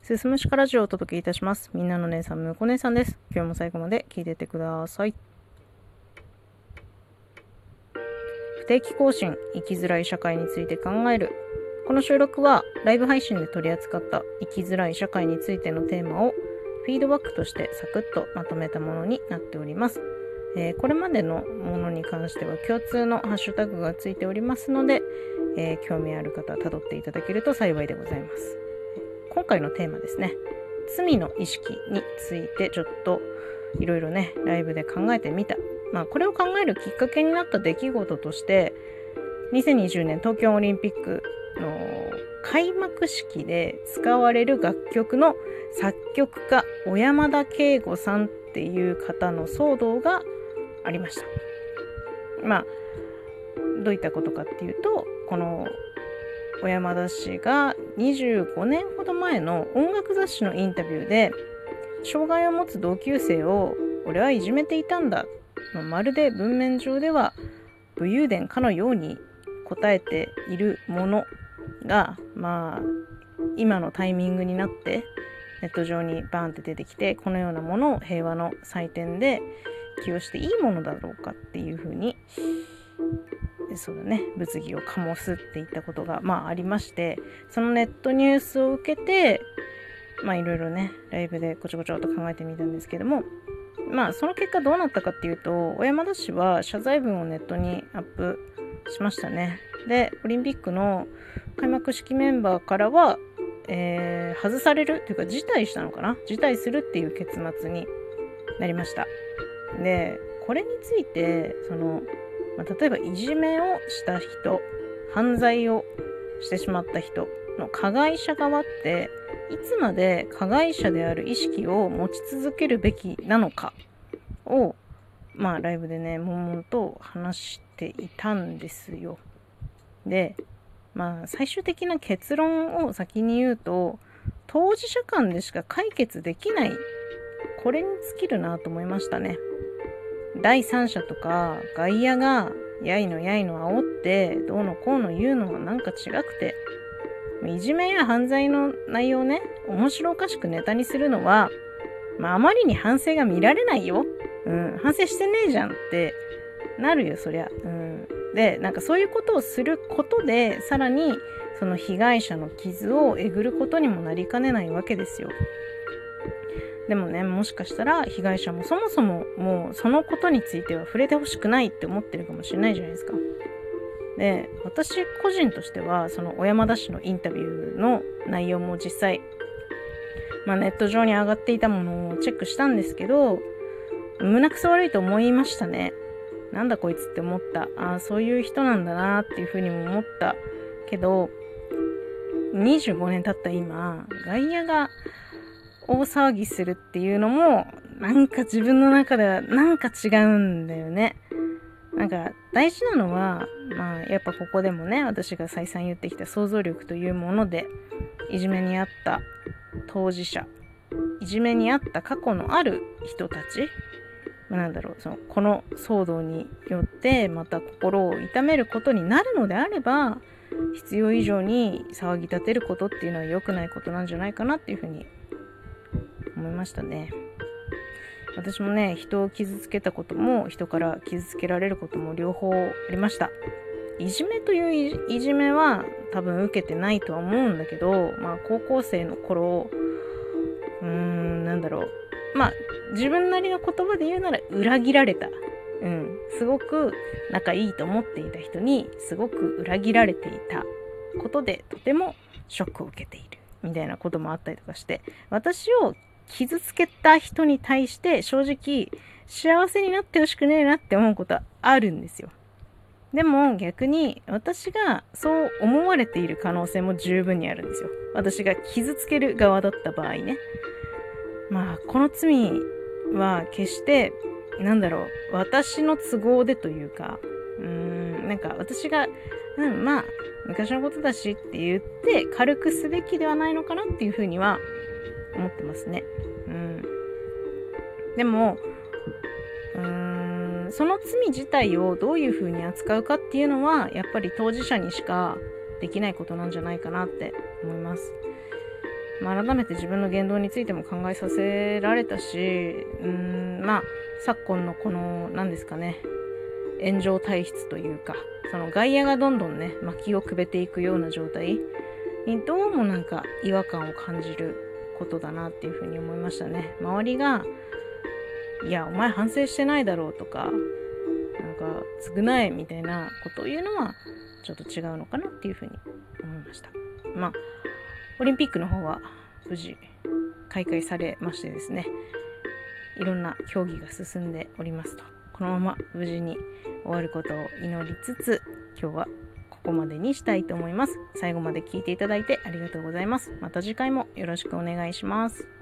すすむしかラジオをお届けいたします。みんなの姉さん、むこ姉さんです。今日も最後まで聞いてってください。不定期更新、生きづらい社会について考える。この収録はライブ配信で取り扱った生きづらい社会についてのテーマをフィードバックとしてサクッとまとめたものになっております。これまでのものに関しては共通のハッシュタグがついておりますので、興味ある方は辿っていただけると幸いでございます。今回のテーマですね、罪の意識についてちょっといろいろねライブで考えてみた。これを考えるきっかけになった出来事として2020年東京オリンピックの開幕式で使われる楽曲の作曲家小山田圭吾さんっていう方の騒動がありました。どういったことかっていうと、この小山田氏が25年ほど前の音楽雑誌のインタビューで、障害を持つ同級生を俺はいじめていたんだ、まるで文面上では武勇伝かのように答えているものが今のタイミングになってネット上にバーンって出てきて、このようなものを平和の祭典で起用していいものだろうかっていうふうに物議を醸すっていったことがありまして、そのネットニュースを受けていろいろねライブでこちょこちょっと考えてみたんですけども、その結果どうなったかっていうと、小山田氏は謝罪文をネットにアップしましたね。で、オリンピックの開幕式メンバーからは、外されるっていうか辞退したのかな、辞退するっていう結末になりました。で、これについて例えばいじめをした人、犯罪をしてしまった人の加害者側っていつまで加害者である意識を持ち続けるべきなのかをライブでね悶々と話していたんですよ。で、最終的な結論を先に言うと、当事者間でしか解決できない、これに尽きるなと思いましたね。第三者とか外野がやいの煽ってどうのこうの言うのはなんか違くて、いじめや犯罪の内容をね面白おかしくネタにするのは、あまりに反省が見られないよ。反省してねえじゃんってなるよ、そりゃ。で、そういうことをすることでさらにその被害者の傷をえぐることにもなりかねないわけですよ。でもね、もしかしたら被害者もそもそももうそのことについては触れてほしくないって思ってるかもしれないじゃないですか。で、私個人としてはその小山田氏のインタビューの内容も実際ネット上に上がっていたものをチェックしたんですけど、胸くそ悪いと思いましたね。なんだこいつって思った。そういう人なんだなっていうふうにも思ったけど、25年経った今、外野が大騒ぎするっていうのも自分の中では違うんだよね。大事なのはやっぱここでもね、私が再三言ってきた想像力というもので、いじめにあった当事者、いじめにあった過去のある人たち、この騒動によってまた心を痛めることになるのであれば、必要以上に騒ぎ立てることっていうのは良くないことなんじゃないかなっていうふうに思いましたね。私もね、人を傷つけたことも人から傷つけられることも両方ありました。いじめといういじめは多分受けてないとは思うんだけど、高校生の頃自分なりの言葉で言うなら裏切られた。すごく仲いいと思っていた人にすごく裏切られていたことでとてもショックを受けているみたいなこともあったりとかして、私を傷つけた人に対して正直幸せになってほしくねえなって思うことはあるんですよ。でも逆に私がそう思われている可能性も十分にあるんですよ。私が傷つける側だった場合ね。この罪は決して私の都合でというか、私が昔のことだしって言って軽くすべきではないのかなっていうふうには思ってますね。でもその罪自体をどういうふうに扱うかっていうのはやっぱり当事者にしかできないことなんじゃないかなって思います。 改めて自分の言動についても考えさせられたし、昨今のこの何ですかね、炎上体質というか、その外野がどんどんね薪をくべていくような状態にどうもなんか違和感を感じることだなっていうふうに思いましたね。周りがいやお前反省してないだろうとか、なんか償えみたいなことを言うのはちょっと違うのかなっていうふうに思いました。オリンピックの方は無事開会されましてですね、いろんな競技が進んでおりますと、このまま無事に終わることを祈りつつ、今日はここまでにしたいと思います。最後まで聞いていただいてありがとうございます。また次回もよろしくお願いします。